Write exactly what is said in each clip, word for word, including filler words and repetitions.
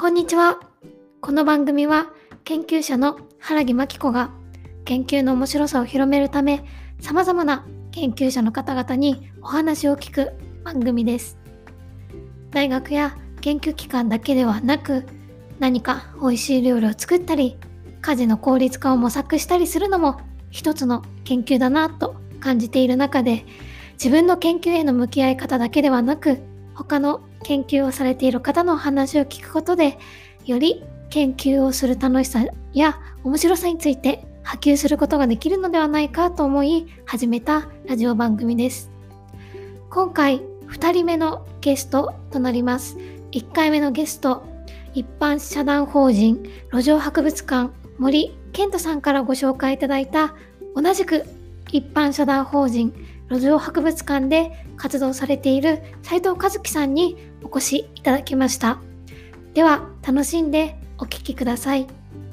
こんにちは。この番組は研究者の原木真紀子が研究の面白さを広めるため、様々な研究者の方々にお話を聞く番組です。大学や研究機関だけではなく、何か美味しい料理を作ったり、家事の効率化を模索したりするのも一つの研究だなと感じている中で、自分の研究への向き合い方だけではなく、他の研究をされている方の話を聞くことで、より研究をする楽しさや面白さについて波及することができるのではないかと思い始めたラジオ番組です。今回ふたりめのゲストとなります。いっかいめのゲスト、一般社団法人路上博物館森健人さんからご紹介いただいた、同じく一般社団法人路上博物館で活動されている斉藤和樹さんにお越しいただきました。では楽しんでお聞きください。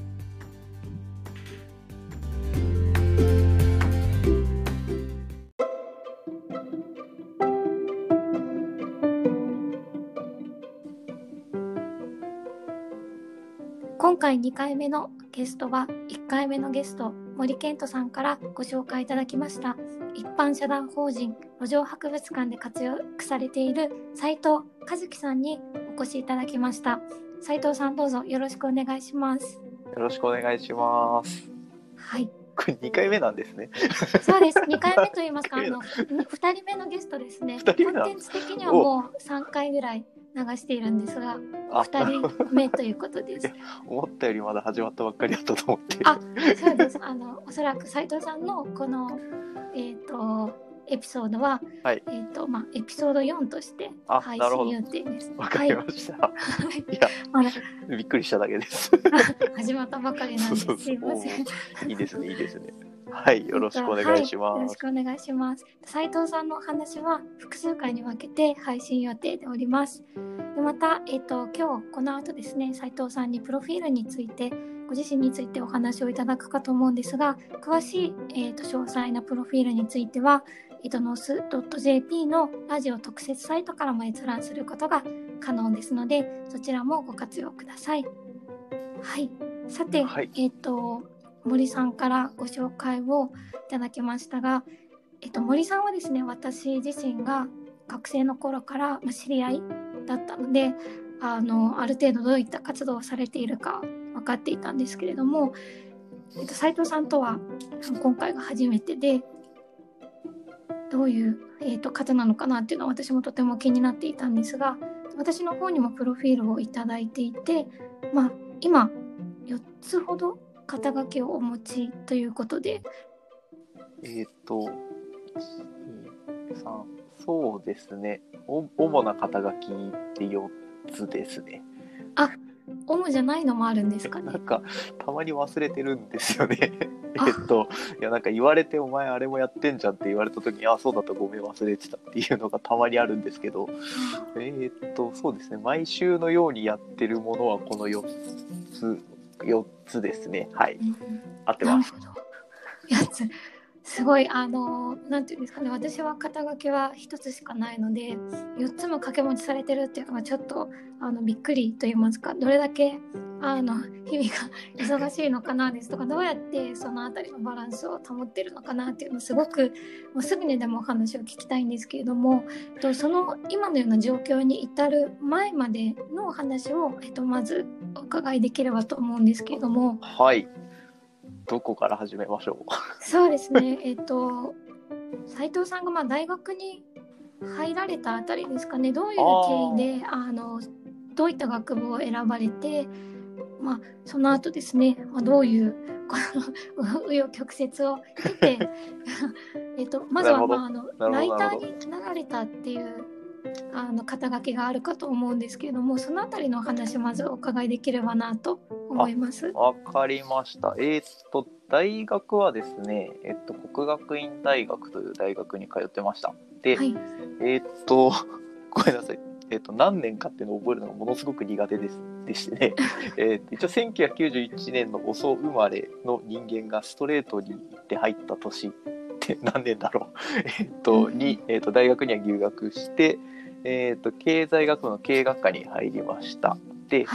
今回にかいめのゲストは、いっかいめのゲスト森健人さんからご紹介いただきました一般社団法人路上博物館で活躍されている斉藤和樹さんにお越しいただきました。斉藤さん、どうぞよろしくお願いします。 よろしくお願いします。 はい、 これにかいめなんですね。 そうです。にかいめと言いますか、あのふたりめのゲストですね。コンテンツ的にはもうさんかいぐらい流しているんですが、ふたりめということです。 思ったよりまだ始まったばっかりだったと思って。 あ、そうです。あのおそらく斉藤さんのこのえっ、ー、とエピソードは、はい、えっ、ー、とまあエピソードよんとして配信予定です。 わかりました。はい、いや、まだびっくりしただけです。 始まったばかりなんです。すいません。 いいですね、いいですね。はい、よろしくお願いします。はい、 よろしくお願いします。斉藤さんのお話は複数回に分けて配信予定でおります。でまた、えっと、今日この後ですね、斉藤さんにプロフィールについて、ご自身についてお話をいただくかと思うんですが、詳しい、えっと、詳細なプロフィールについては、えっと、ノース .jp のラジオ特設サイトからも閲覧することが可能ですので、そちらもご活用ください。はい。さて、はい、えっと、森さんからご紹介をいただきましたが、えっと、森さんはですね、私自身が学生の頃から知り合いだったので、あのある程度どういった活動をされているか分かっていたんですけれども、えっと、斉藤さんとは今回が初めてで、どういう、えっと、方なのかなっていうのは私もとても気になっていたんですが、私の方にもプロフィールをいただいていて、まあ、今よっつほど肩書きをお持ちということで、 えっとさんそうですね、お主な肩書きってよっつですね。 あ、主じゃないのもあるんですかね。 なんかたまに忘れてるんですよね。えっといやなんか言われて、お前あれもやってんじゃんって言われた時に、あ、そうだった、ごめん忘れてたっていうのがたまにあるんですけど、えっとそうですね、毎週のようにやってるものはこのよっつよっつですね。はい、うん、合ってます。 なるほど。よっつ、すごい、あのなんていうんですかね、私は肩書きはひとつしかないので、よっつも掛け持ちされてるっていうのがちょっとあのびっくりと言いますか、どれだけあの日々が忙しいのかなですとか、どうやってそのあたりのバランスを保ってるのかなっていうのをすごく、もうすぐにでもお話を聞きたいんですけれども、とその今のような状況に至る前までのお話を、えっと、まずお伺いできればと思うんですけれども。 はい、どこから始めましょう。 そうですね、えっと斉藤さんがまあ大学に入られたあたりですかね、どういう経緯であのどういった学部を選ばれて、まあ、その後ですね、まあ、どういうこの紆余曲折を経てえっとまずは、まあ、あのライターになられたっていうあの肩書きがあるかと思うんですけれども、そのあたりのお話まずお伺いできればなと思います。 わかりました。えー、っと大学はですね、えっと国学院大学という大学に通ってました。で、はい、えー、っとごめんなさい。えー、っと何年かっていうのを覚えるのがものすごく苦手ですでしてね。えー、一応せんきゅうひゃくきゅうじゅういちねんの遅生まれの人間がストレートに行って入った年って何年だろう。えっとに、えー、っと大学には入学して。えー、と経済学部の経営学科に入りました。で、はい、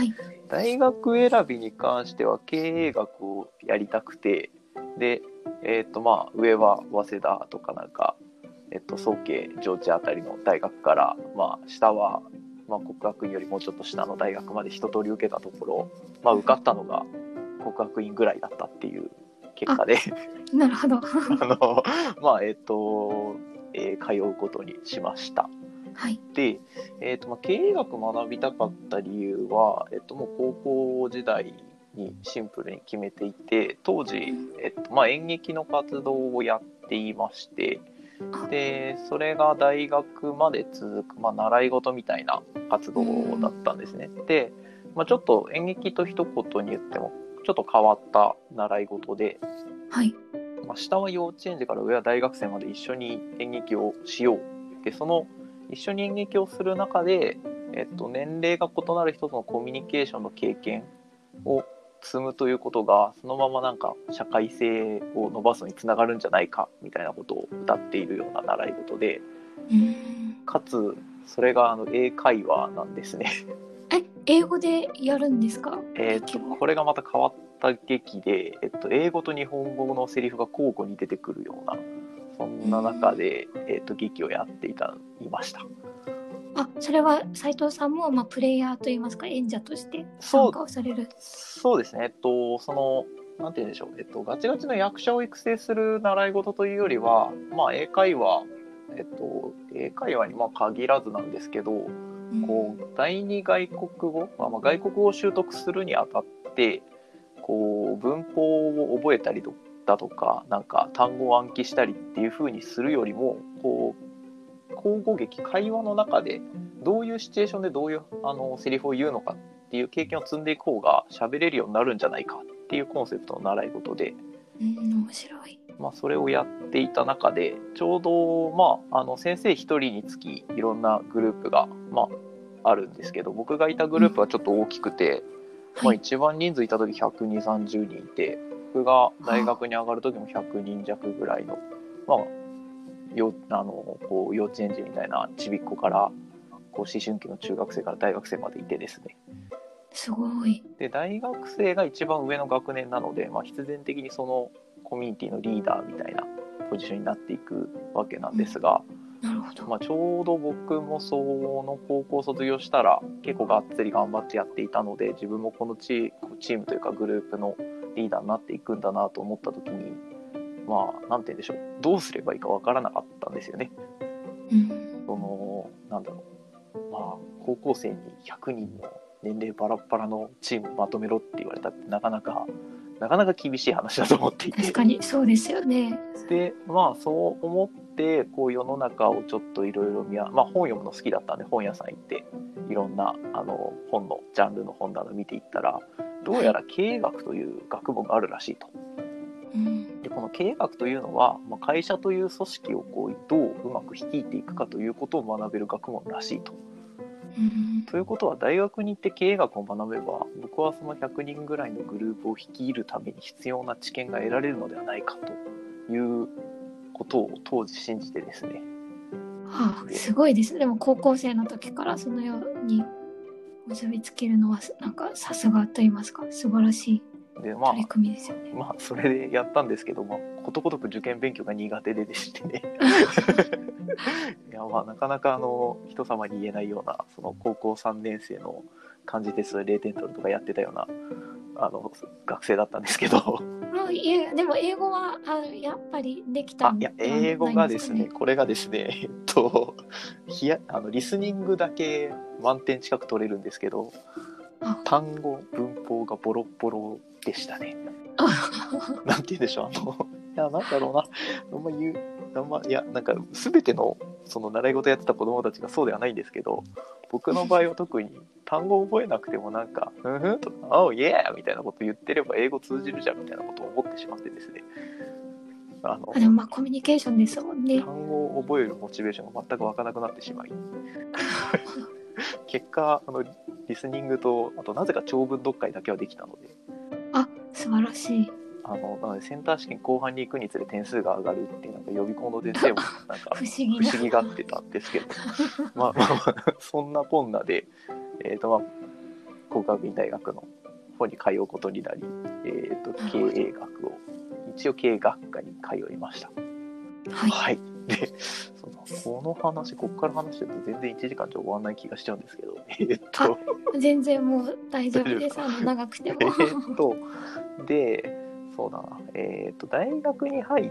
大学選びに関しては経営学をやりたくて、で、えっとまあ上は早稲田とかなんか、えっと早慶上智あたりの大学から、まあ下は、まあ、国学院よりもうちょっと下の大学まで一通り受けたところ、まあ受かったのが国学院ぐらいだったっていう結果で、 なるほど。 あのまあえっと、えー通うことにしました。 はい。 で、えーとまあ、経営学学びたかった理由は、えっともう高校時代にシンプルに決めていて、当時、えっとまあ、演劇の活動をやっていまして、でそれが大学まで続く、まあ、習い事みたいな活動だったんですね。で、まあ、ちょっと演劇と一言に言ってもちょっと変わった習い事で、 はい。 まあ、下は幼稚園児から上は大学生まで一緒に演劇をしよう。でその一緒に演劇をする中で、えっと、年齢が異なる人とのコミュニケーションの経験を積むということが、そのままなんか社会性を伸ばすのにつながるんじゃないかみたいなことを歌っているような習い事で、 うーん。 かつそれがあの英会話なんですね。 え、英語でやるんですか？ えっとこれがまた変わった劇で、えっと、英語と日本語のセリフが交互に出てくるような、そんな中で、えっと、劇をやっていたいました。 あ、それは斉藤さんも、まあ、プレイヤーといいますか演者として参加をされる。 そうですね。えっとそのなんて言うんでしょう、えっと、ガチガチの役者を育成する習い事というよりは、まあ、英会話、えっと、英会話にまあ限らずなんですけど、うん、こう第二外国語、まあ、外国語を習得するにあたってこう文法を覚えたりだとか、なんか単語を暗記したりっていう風にするよりも、こう口語劇、会話の中でどういうシチュエーションでどういうあのセリフを言うのかっていう経験を積んでいく方が喋れるようになるんじゃないかっていうコンセプトの習い事で、 うん、面白い。 まあ、それをやっていた中で、ちょうど、まあ、あの先生一人につきいろんなグループが、まあ、あるんですけど、僕がいたグループはちょっと大きくて、うん、まあ、一番人数いた時ひゃくにじゅう、さんじゅうにんいて、僕が大学に上がる時もひゃくにん弱ぐらいの、まあ、よあのこう幼稚園児みたいなちびっ子からこう思春期の中学生から大学生までいてですね。 すごい。 で大学生が一番上の学年なので、まあ、必然的にそのコミュニティのリーダーみたいなポジションになっていくわけなんですが、 うん、なるほど。 まあ、ちょうど僕もその高校卒業したら結構がっつり頑張ってやっていたので、自分もこのチー、チームというかグループのリーダーになっていくんだなと思った時に、まあなんて言うんでしょう、どうすればいいかわからなかったんですよね。うん、そのなんだろう、まあ高校生にひゃくにんの年齢バラバラのチームまとめろって言われたってなかなかなかなか厳しい話だと思っていて、 確かにそうですよね。 でまあそう思ってこう世の中をちょっといろいろ見や、まあ、本読むの好きだったんで本屋さん行っていろんなあの本のジャンルの本など見ていったら、どうやら経営学という学問があるらしいと。うん、でこの経営学というのは、まあ、会社という組織をこうどううまく率いていくかということを学べる学問らしいと。うん、ということは大学に行って経営学を学べば、僕はそのひゃくにんぐらいのグループを率いるために必要な知見が得られるのではないかということを当時信じてですね。 はあ、すごいです。でも高校生の時からそのように結びつけるのはなんかさすがと言いますか、素晴らしい取り組みですよね。 まあ、まあ、それでやったんですけど、まあ、ことごとく受験勉強が苦手ででしてねいや、まあ、なかなかあの人様に言えないようなその高校さんねん生の漢字テストでれいてん取るとかやってたようなあの学生だったんですけどいやでも英語はあやっぱりできたんではないですかね。あ、いや英語がですね、これがですね、えっとひやあのリスニングだけ満点近く取れるんですけど、単語文法がボロボロでしたね。なんて言うんでしょう、あのいやなんだろうな、あんま言うあんまいやなんか全てのその習い事やってた子供たちがそうではないんですけど、僕の場合は特に単語を覚えなくてもなんか「うんふん」とか「Oh yeah」みたいなこと言ってれば英語通じるじゃんみたいなことを思ってしまってですね。 あのあでもまあコミュニケーションですもんね。 単語を覚えるモチベーションが全く湧かなくなってしまい結果あのリスニングとあとなぜか長文読解だけはできたので、 あ素晴らしい。 あのなのでセンター試験後半に行くにつれ点数が上がるっていうなんか予備校の先生もなんか不思議な不思議がってたんですけどまあまあまあそんなこんなで、えーとまあ、 国学院大学の方に通うことになり、えー、と経営学を一応経営学科に通いました。 はい、 はい、でそのこの話ここから話してると全然いちじかんじゃ終わらない気がしちゃうんですけど、えー、っと全然もう大丈夫です。あの長くても。 えー、っとでそうだな、えー、っと大学に入って、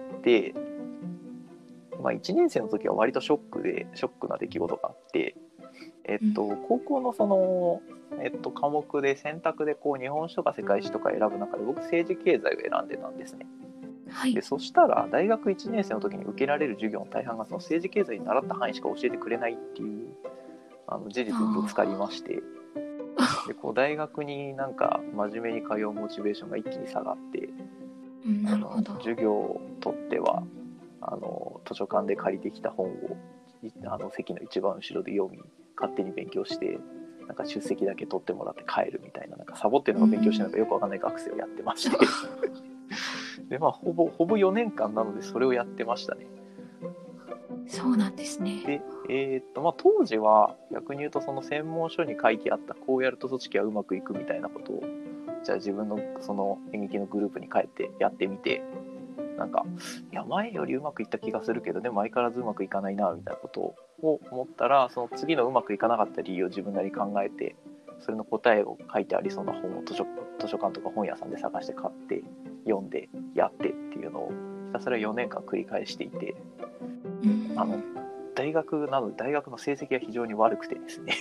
まあ、いちねん生の時は割とショックでショックな出来事があって、えっと、うん、高校のその、えっと、科目で選択でこう日本史とか世界史とか選ぶ中で僕政治経済を選んでたんですね。 はい、 でそしたら大学いちねん生の時に受けられる授業の大半がその政治経済に習った範囲しか教えてくれないっていうあの事実にぶつかりまして、でこう大学になんか真面目に通うモチベーションが一気に下がって、 なるほど。 授業を取ってはあの図書館で借りてきた本をあの席の一番後ろで読み勝手に勉強してなんか出席だけ取ってもらって帰るみたいな、なんかサボってるのが勉強してるのかよくわかんない学生をやってましてで、まあ、ほぼほぼよねんかんなのでそれをやってましたね。 そうなんですね。 で、えーっとまあ、当時は逆に言うとその専門書に書いてあったこうやると組織はうまくいくみたいなことをじゃあ自分のその演劇のグループに帰ってやってみて、なんかいや前よりうまくいった気がするけどでも相変わらずうまくいかないなみたいなことを思ったら、その次のうまくいかなかった理由を自分なりに考えてそれの答えを書いてありそうな本を図書、図書館とか本屋さんで探して買って読んでやってっていうのをひたすらよねんかん繰り返していて、あの大学なので大学の成績が非常に悪くてですね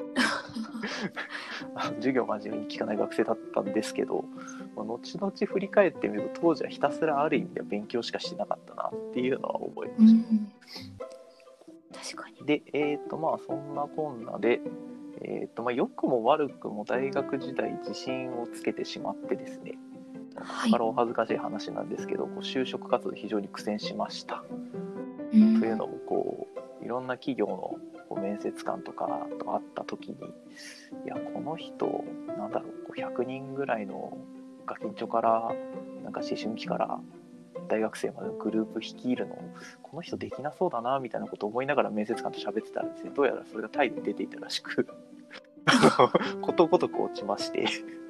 授業真面目に聞かない学生だったんですけど、まあ、後々振り返ってみると当時はひたすらある意味では勉強しかしてなかったなっていうのは覚えました、うん、 確かに。 で、えーとまあ、そんなこんなで、えーとまあ、良くも悪くも大学時代自信をつけてしまってですね、ここからお恥ずかしい話なんですけど、こう就職活動非常に苦戦しました、うん、というのもこういろんな企業の面接官とかと会った時に、いやこの人なんだろうひゃくにんぐらいのガキンチョからなんか思春期から大学生までのグループ率いるのこの人できなそうだなみたいなことを思いながら面接官と喋ってたらですね、どうやらそれが態度に出ていたらしくことごとく落ちまして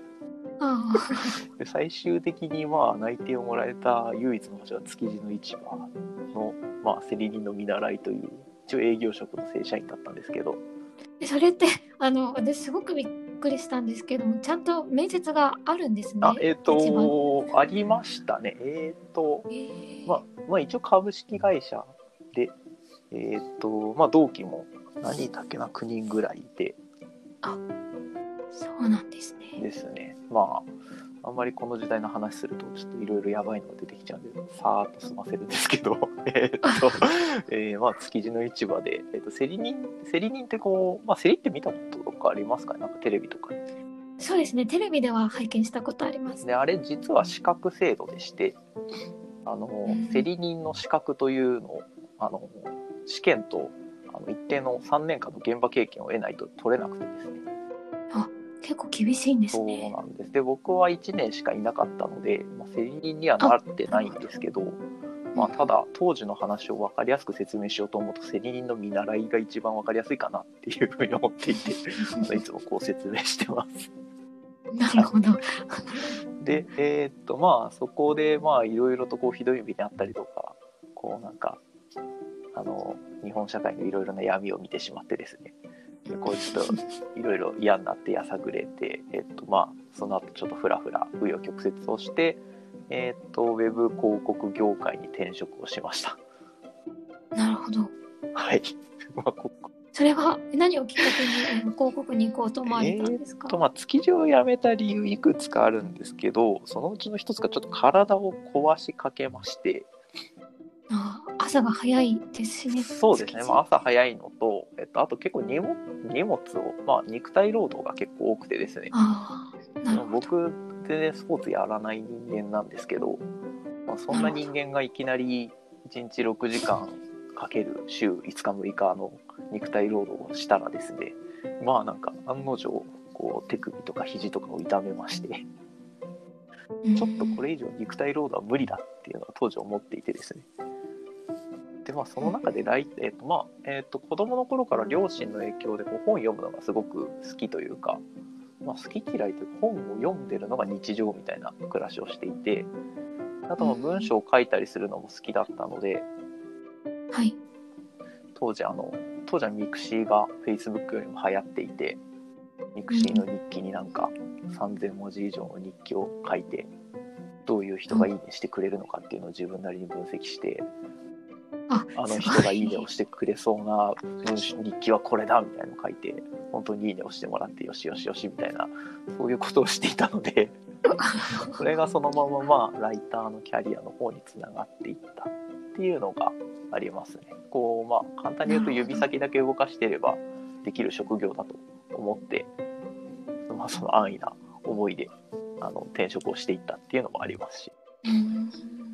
で最終的にまあ内定をもらえた唯一の場所は築地の市場の、まあ、競り人の見習いという一応営業職の正社員だったんですけど、 それってあの私すごくびっくりしたんですけども、ちゃんと面接があるんですね。 あ、えっ、ー、とありましたね。えっ、ー、と、えー、まあまあ一応株式会社で、えっ、ー、とまあ同期も何だっけなきゅうにんぐらいいて、 あ、そうなんですね。 ですね。まああんまりこの時代の話するとちょっといろいろやばいのが出てきちゃうんでさーっと済ませるんですけどえっと、えー、まあ築地の市場で、えー、と競り人競り人ってこう、まあ、競りって見たこととかありますかね、なんかテレビとかに。 そうですね、テレビでは拝見したことあります。 であれ実は資格制度でして、あの、うん、競り人の資格というのをあの試験とあの一定のさんねんかんの現場経験を得ないと取れなくてですね。 あ、結構厳しいんですね。 そうなんです。で僕はいちねんしかいなかったので、まあ、競り人にはなってないんですけど、まあ、ただ当時の話を分かりやすく説明しようと思うと競り人の見習いが一番分かりやすいかなっていうふうに思っていていつもこう説明してますなるほどで、えー、っとまあそこでまあいろいろとこうひどい目にあったりとか、こうなんかあの日本社会のいろいろな闇を見てしまってですね、でこうちょっといろいろ嫌になってやさぐれて、えっとまあその後ちょっとフラフラ紆余曲折をして、えっとウェブ広告業界に転職をしました。 なるほど。 はい。まあ、こそれは何をきっかけに広告に行こうと思われたんですか？ えー、とまあ築地を辞めた理由いくつかあるんですけど、そのうちの一つがちょっと体を壊しかけまして。 ああ、朝が早いですしね。 そうですね、まあ、朝早いのと、えっと、あと結構荷物、荷物を、まあ、肉体労働が結構多くてですね。 あ、なるほど。 僕全然スポーツやらない人間なんですけど、まあ、そんな人間がいきなりいちにちろくじかんかける週いつかむいかの肉体労働をしたらですね、まあなんか案の定こう手首とか肘とかを痛めまして、ちょっとこれ以上肉体労働は無理だっていうのは当時思っていてですね。でまあ、その中でライ、えーとまあえー、と子供の頃から両親の影響でこう本を読むのがすごく好きというか、 まあ、好き嫌いというか本を読んでるのが日常みたいな暮らしをしていて、あとは文章を書いたりするのも好きだったので、 はい、 当時あの当時はミクシーが Facebook よりも流行っていて、ミクシーの日記になんかさんぜんもじ以上の日記を書いて、どういう人がいいねしてくれるのかっていうのを自分なりに分析して、 ああの人がいいねをしてくれそうな文章日記はこれだみたいなのを書いて、本当にいいねをしてもらってよしよしよしみたいな、そういうことをしていたのでそれがそのまままあライターのキャリアの方につながっていったっていうのがありますね。こうまあ簡単に言うと指先だけ動かしていればできる職業だと思って、まあ、その安易な思いであの転職をしていったっていうのもありますし、 うん、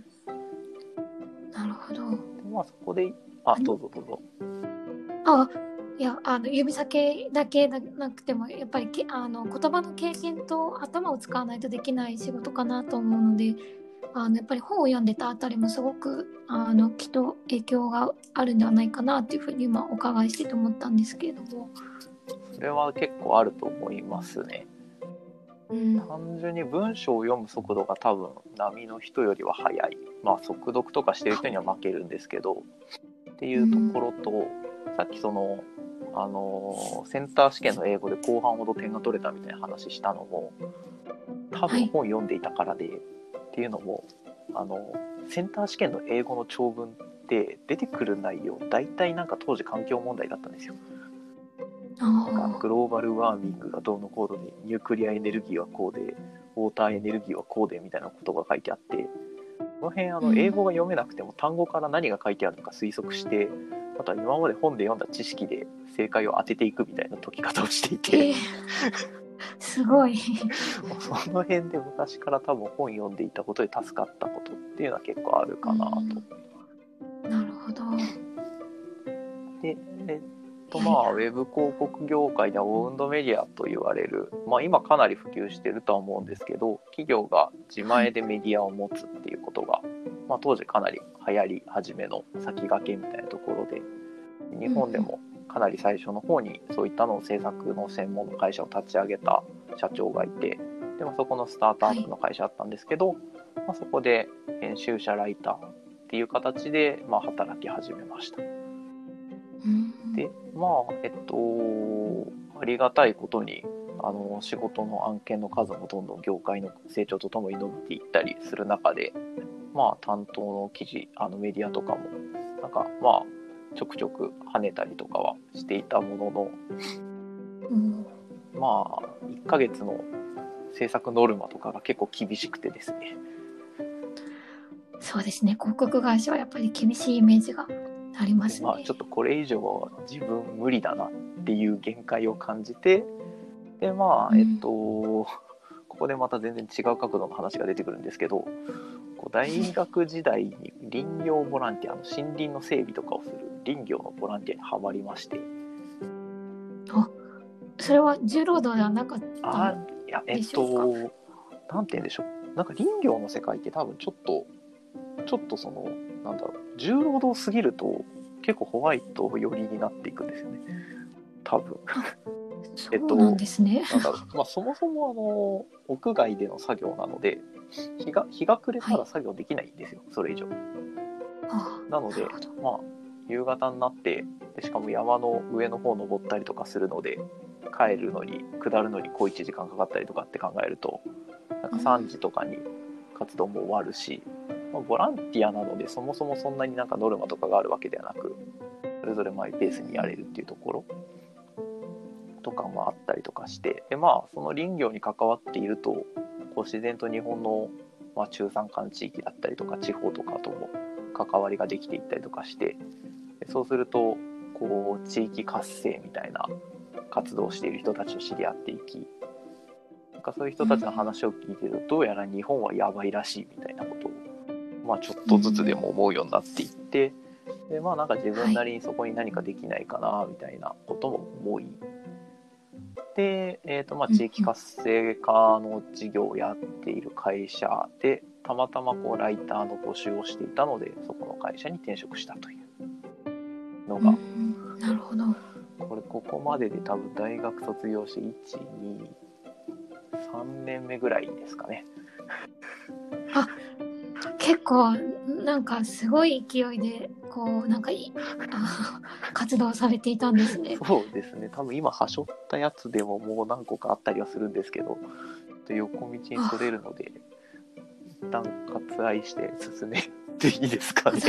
なるほど。 まあそこであどうぞどうぞ。 あ、いや、あの指先だけじゃなくてもやっぱりけあの言葉の経験と頭を使わないとできない仕事かなと思うので、あのやっぱり本を読んでたあたりもすごくあのきっと影響があるんではないかなっていうふうに今お伺いしてて思ったんですけれども。 それは結構あると思いますね。 うん、 単純に文章を読む速度が多分波の人よりは速い、まあ速読とかしてる人には負けるんですけどっていうところと、うん、さっきそのあのセンター試験の英語で後半ほど点が取れたみたいな話したのも多分本読んでいたからで、はい、っていうのもあのセンター試験の英語の長文って出てくる内容大体なんか当時環境問題だったんですよ。なんかグローバルワーミングがどうのこうのでニュークリアエネルギーはこうでウォーターエネルギーはこうでみたいなことが書いてあって、この辺あの英語が読めなくても単語から何が書いてあるのか推測して、あとは今まで本で読んだ知識で正解を当てていくみたいな解き方をしていて、えー、 すごいその辺で昔から多分本読んでいたことで助かったことっていうのは結構あるかなと。 なるほど。 で、えっとまあウェブ広告業界ではオウンドメディアと言われる、まあ、今かなり普及してるとは思うんですけど、企業が自前でメディアを持つっていうことが、まあ、当時かなり流行り始めの先駆けみたいなところで、日本でもかなり最初の方にそういったのを制作の専門の会社を立ち上げた社長がいて、でもそこのスタートアップの会社だったんですけど、まあ、そこで編集者ライターっていう形でまあ働き始めました。でまあえっとありがたいことにあの仕事の案件の数もどんどん業界の成長とともに伸びていったりする中で、まあ担当の記事あのメディアとかもなんかまあちょくちょく跳ねたりとかはしていたものの、うん、まあいっかげつの制作ノルマとかが結構厳しくてですね。 そうですね、広告会社はやっぱり厳しいイメージがありますね。 まあ、ちょっとこれ以上は自分無理だなっていう限界を感じて、でまあ、うん、えっとここでまた全然違う角度の話が出てくるんですけど、こう大学時代に林業ボランティアの森林の整備とかをする林業のボランティアにハマりまして。 あ、それは重労働ではなかったんでしょうか？ あ、いや、えっとなんて言うんでしょう、なんか林業の世界って多分ちょっとちょっとそのなんだろう、重労働すぎると結構ホワイト寄りになっていくんですよね、多分。 そうなんですね。 えっと、なんだろう、まあ、そもそもあの屋外での作業なので日が日が暮れたら作業できないんですよ、はい、それ以上。なのでまあ夕方になってでしかも山の上の方登ったりとかするので帰るのに下るのにこういちじかんかかったりとかって考えるとなんかさんじとかに活動も終わるし、まあ、ボランティアなのでそもそもそんなになんかノルマとかがあるわけではなくそれぞれマイペースにやれるっていうところとかもあったりとかして、でまあその林業に関わっているとこう自然と日本の、まあ、中山間地域だったりとか地方とかとも関わりができていったりとかして、そうするとこう地域活性みたいな活動をしている人たちと知り合っていき、なんかそういう人たちの話を聞いてるとどうやら日本はやばいらしいみたいなことを、まあ、ちょっとずつでも思うようになっていって、でまあなんか自分なりにそこに何かできないかなみたいなことも思い、で、えーとまあ、地域活性化の事業をやっている会社でたまたまこうライターの募集をしていたのでそこの会社に転職したというのが、 うん、なるほど。 これここまでで多分大学卒業していち、に、 さんねんめぐらいですかね。 あ、結構なんかすごい勢いでこうなんかいあ活動されていたんですね。 そうですね、多分今はしょったやつでももう何個かあったりはするんですけど、横道にそれるので一旦割愛して進めていいですかね。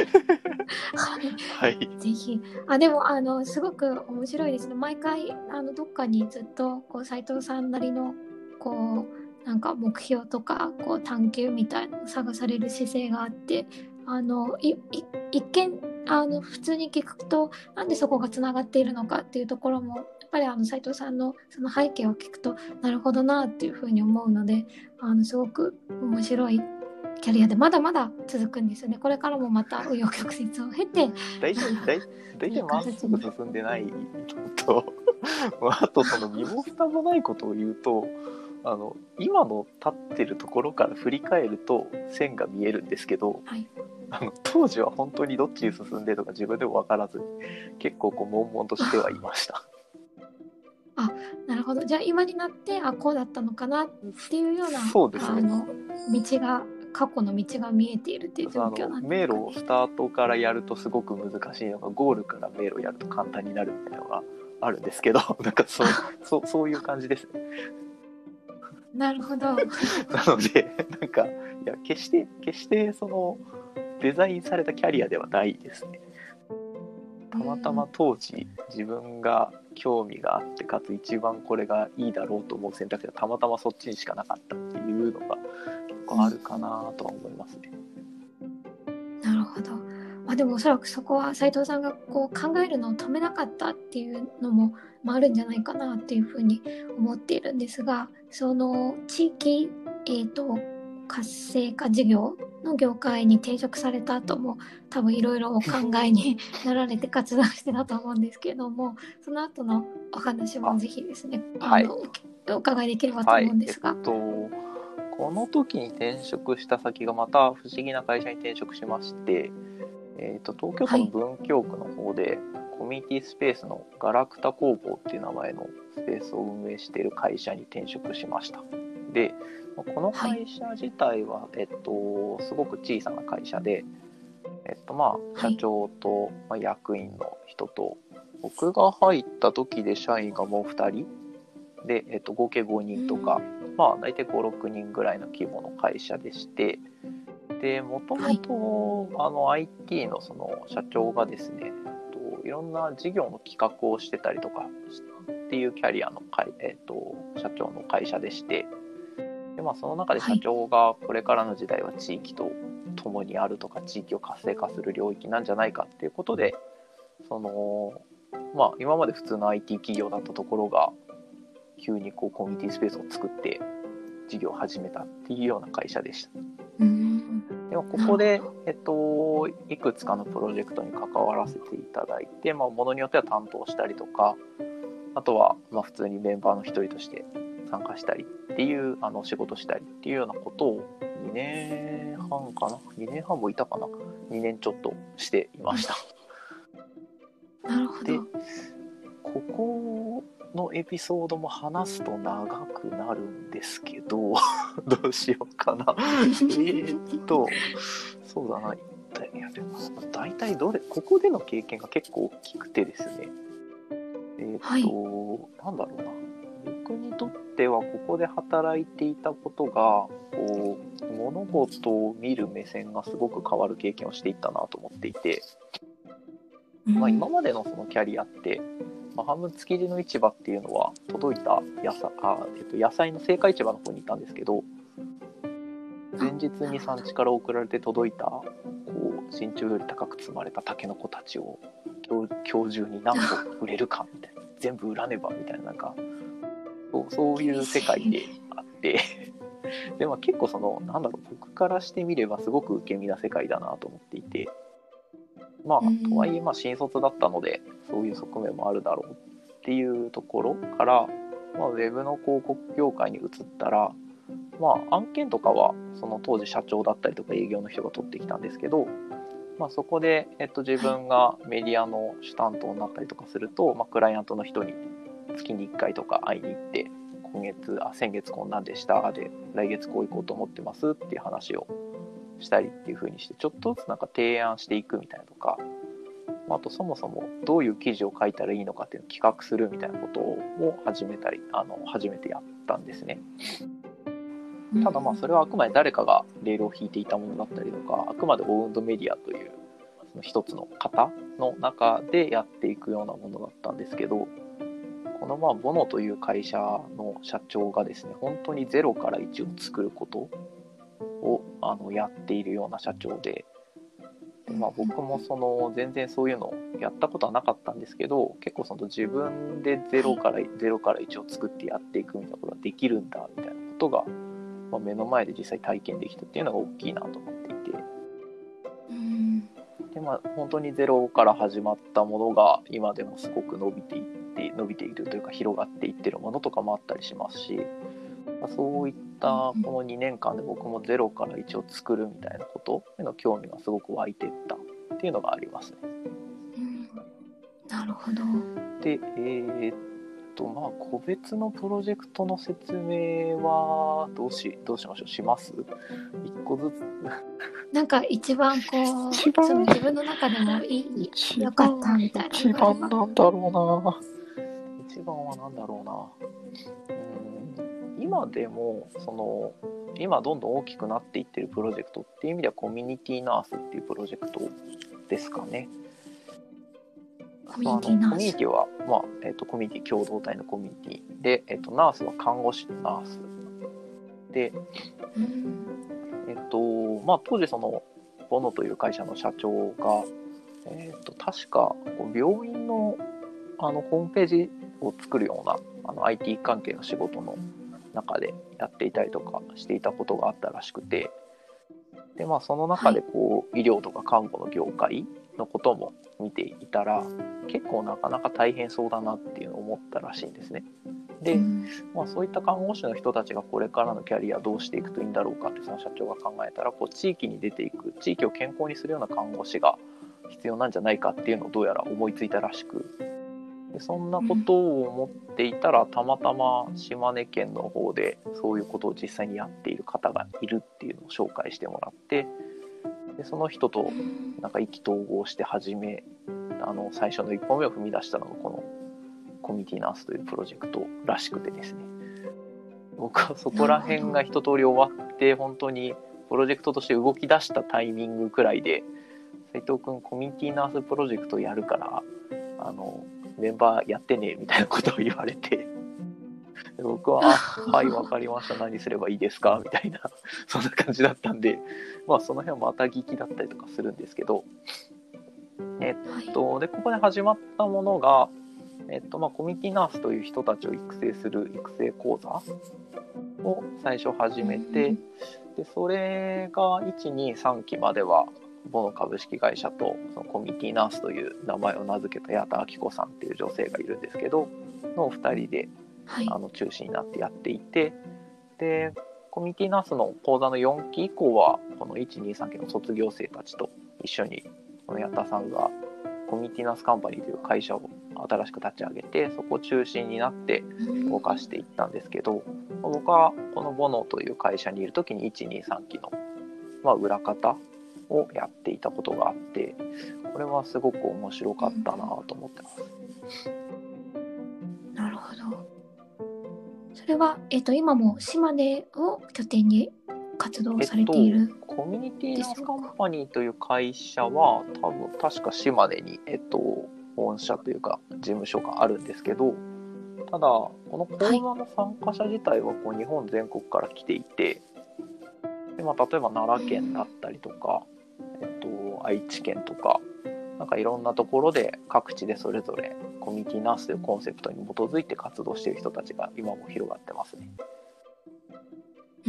はい、はい、 ぜひ。あ、でもあのすごく面白いですね。毎回あのどっかにずっとこう斉藤さんなりのこうなんか目標とかこう探求みたいなのを探される姿勢があって、あのいい一見あの普通に聞くとなんでそこがつながっているのかっていうところもやっぱりあの斉藤さんのその背景を聞くとなるほどなっていうふうに思うので、あのすごく面白いキャリアでまだまだ続くんですよね。これからもまた紆余曲折を経て大体大大体まっすぐ進んでないのとあとその身も蓋もないことを言うと、あの今の立ってるところから振り返ると線が見えるんですけど、 はい、 あの当時は本当にどっちに進んでとか自分でも分からずに結構こう悶々としてはいました。 あ、なるほど。じゃあ今になってあこうだったのかなっていうようなそうですね、 あの道が過去の道が見えているっていう状況なんですかね。 迷路をスタートからやるとすごく難しいのがゴールから迷路やると簡単になるみたいなのがあるんですけど、なんかそうそうそういう感じですね。 なるほど。 なのでなんかいや決して決してそのデザインされたキャリアではないですね。たまたま当時自分が興味があってかつ一番これがいいだろうと思う選択肢がたまたまそっちにしかなかったっていうのが結構あるかなとは思いますね。 なるほど。まあ、でもおそらくそこは斉藤さんがこう考えるのを止めなかったっていうのも、まあ、あるんじゃないかなっていうふうに思っているんですが、その地域、えーと、活性化事業の業界に転職された後も多分いろいろお考えになられて活動してたと思うんですけれども、その後のお話もぜひですね、あ、はい、あのお伺いできればと思うんですが。 はい、えっとこの時に転職した先がまた不思議な会社に転職しまして、えー、と東京都の文京区の方で、はい、コミュニティスペースのガラクタ工房っていう名前のスペースを運営している会社に転職しました。でこの会社自体は、はい、えっと、すごく小さな会社で、えっとまあ、社長と、まあ、役員の人と、僕が入った時で社員がもうふたりで、えっと、合計ごにんとか、まあ、大体ご、ろくにんぐらいの規模の会社でして、でもともと アイティー の, その社長がですね、いろんな事業の企画をしてたりとかっていうキャリアの会、えっと、社長の会社でして、で、まあ、その中で社長がこれからの時代は地域と共にあるとか地域を活性化する領域なんじゃないかっていうことで、その、まあ、今まで普通の アイティー 企業だったところが急にこうコミュニティスペースを作って事業を始めたっていうような会社でした。うん、でもここで、えっと、いくつかのプロジェクトに関わらせていただいて、まあ、ものによっては担当したりとか、あとはまあ普通にメンバーの一人として参加したりっていうあの仕事したりっていうようなことをにねんはんかなにねんはんもいたかなにねんちょっとしていました。 なるほど。 でここのエピソードも話すと長くなるんですけどどうしようかなえーっとそうだないやでも大体どれここでの経験が結構大きくてですね、えーっと、はい、なんだろうな僕にとってはここで働いていたことがこう物事を見る目線がすごく変わる経験をしていったなと思っていて、まあ、今までのそのキャリアってまあ、半分築地の市場っていうのは届いた野菜、あ、えっと、野菜の青果市場の方にいたんですけど、前日に産地から送られて届いたこう身長より高く積まれたタケノコたちを今日、今日中に何個売れるかみたいな全部売らねばみたいな、なんかそう、そういう世界であってでも結構そのなんだろう僕からしてみればすごく受け身な世界だなと思っていて、まあ、とはいえまあ新卒だったのでそういう側面もあるだろうっていうところから、まあ、ウェブの広告業界に移ったら、まあ、案件とかはその当時社長だったりとか営業の人が取ってきたんですけど、まあ、そこで、えっと、自分がメディアの主担当になったりとかすると、まあ、クライアントの人に月にいっかいとか会いに行ってこ今月あ先月こんなんでしたで来月こう行こうと思ってますっていう話をしたりっていう風にしてちょっとずつなんか提案していくみたいなとか、あとそもそもどういう記事を書いたらいいのかっていうのを企画するみたいなことを始めたりあの初めてやったんですね。ただまあそれはあくまで誰かがレールを引いていたものだったりとか、あくまでオウンドメディアというその一つの型の中でやっていくようなものだったんですけど、このまあボノという会社の社長がですね、本当にゼロからいちを作ることをあのやっているような社長で、でまあ、僕もその全然そういうのをやったことはなかったんですけど、結構その自分でゼロからゼロからいちを作ってやっていくみたいなことができるんだみたいなことが、まあ、目の前で実際体験できたっていうのが大きいなと思っていて、でまあ本当にゼロから始まったものが今でもすごく伸びていって伸びているというか広がっていってるものとかもあったりしますし、まあ、そういったこのにねんかんで僕もゼロからいちを作るみたいなことへの興味がすごく湧いていったっていうのがありますね。 うん、なるほど。 で、えー、っとまあ個別のプロジェクトの説明はどうしどうしましょうします一個ずつなんか一番こう一番その自分の中でもいい良かったみたいな一番なんだろうな一番はなんだろうなうん今でもその今どんどん大きくなっていってるプロジェクトっていう意味ではコミュニティナースっていうプロジェクトですかね。 コミュニティナース、 コミュニティは、まあえー、とコミュニティ共同体のコミュニティで、えー、とナースは看護師のナースで、 うんえっとまあ、当時そのボノという会社の社長が、えっと確か病院の、あのホームページを作るようなあの アイティー 関係の仕事の中でやっていたりとかしていたことがあったらしくて、で、まあ、その中でこう、はい、医療とか看護の業界のことも見ていたら結構なかなか大変そうだなっていうのを思ったらしいんですね。で、まあ、そういった看護師の人たちがこれからのキャリアどうしていくといいんだろうかってその社長が考えたらこう地域に出ていく地域を健康にするような看護師が必要なんじゃないかっていうのをどうやら思いついたらしく、でそんなことを思っていたらたまたま島根県の方でそういうことを実際にやっている方がいるっていうのを紹介してもらって、でその人となんか意気投合して始めあの最初の一歩目を踏み出したのがこのコミュニティナースというプロジェクトらしくてですね、僕はそこら辺が一通り終わって本当にプロジェクトとして動き出したタイミングくらいで、斉藤君コミュニティナースプロジェクトやるからあのメンバーやってねみたいなことを言われて、で僕ははいわかりました何すればいいですかみたいなそんな感じだったんで、まあその辺はまた聞きだったりとかするんですけど、えっとでここで始まったものがえっとまあ、コミュニティナースという人たちを育成する育成講座を最初始めて、でそれがいちにさんきまではボノ株式会社とそのコミュニティナースという名前を名付けた矢田明子さんっていう女性がいるんですけどのふたりで、はい、あの中心になってやっていて、でコミュニティナースの講座のよんき以降はこのいちにさんきの卒業生たちと一緒にこの矢田さんがコミュニティナースカンパニーという会社を新しく立ち上げてそこを中心になって動かしていったんですけど、僕はこのボノという会社にいる時にいちにさんきの、まあ、裏方をやっていたことがあって、これはすごく面白かったなと思ってます。 なるほど。それは、えーと、今も島根を拠点に活動されている、えっと、コミュニティナースカンパニーという会社は多分確か島根に、えっと、本社というか事務所があるんですけど、ただこの講座の参加者自体はこう日本全国から来ていて、で、まあ、例えば奈良県だったりとか、えっと、愛知県とかなんかいろんなところで各地でそれぞれコミュニティナースというコンセプトに基づいて活動している人たちが今も広がってますね。 うん、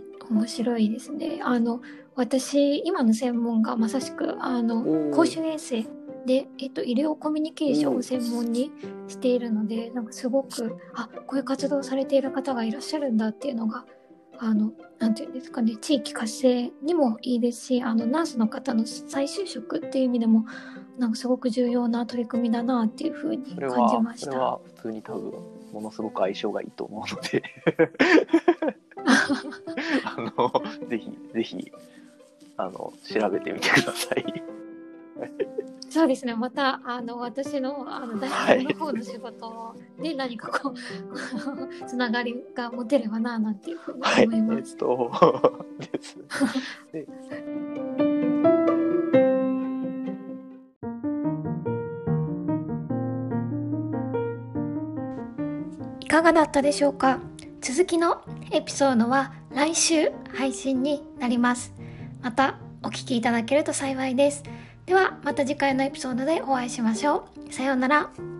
面白いですね。あの私今の専門がまさしくあの公衆衛生で、えっと、医療コミュニケーションを専門にしているので、なんかすごくあこういう活動をされている方がいらっしゃるんだっていうのがあのなんていうんですかね、地域活性にもいいですし、あのナースの方の再就職っていう意味でもなんかすごく重要な取り組みだなっていうふうにそれ感じました。 はそれは普通に多分ものすごく相性がいいと思うのであのぜひぜひあの調べてみてください。 そうですね、またあの私のあの大学の方の仕事で何かこうつながりが持てればななんていうふうに思います。 はい、えっとですでいかがだったでしょうか。続きのエピソードは来週配信になります。またお聞きいただけると幸いです。ではまた次回のエピソードでお会いしましょう。さようなら。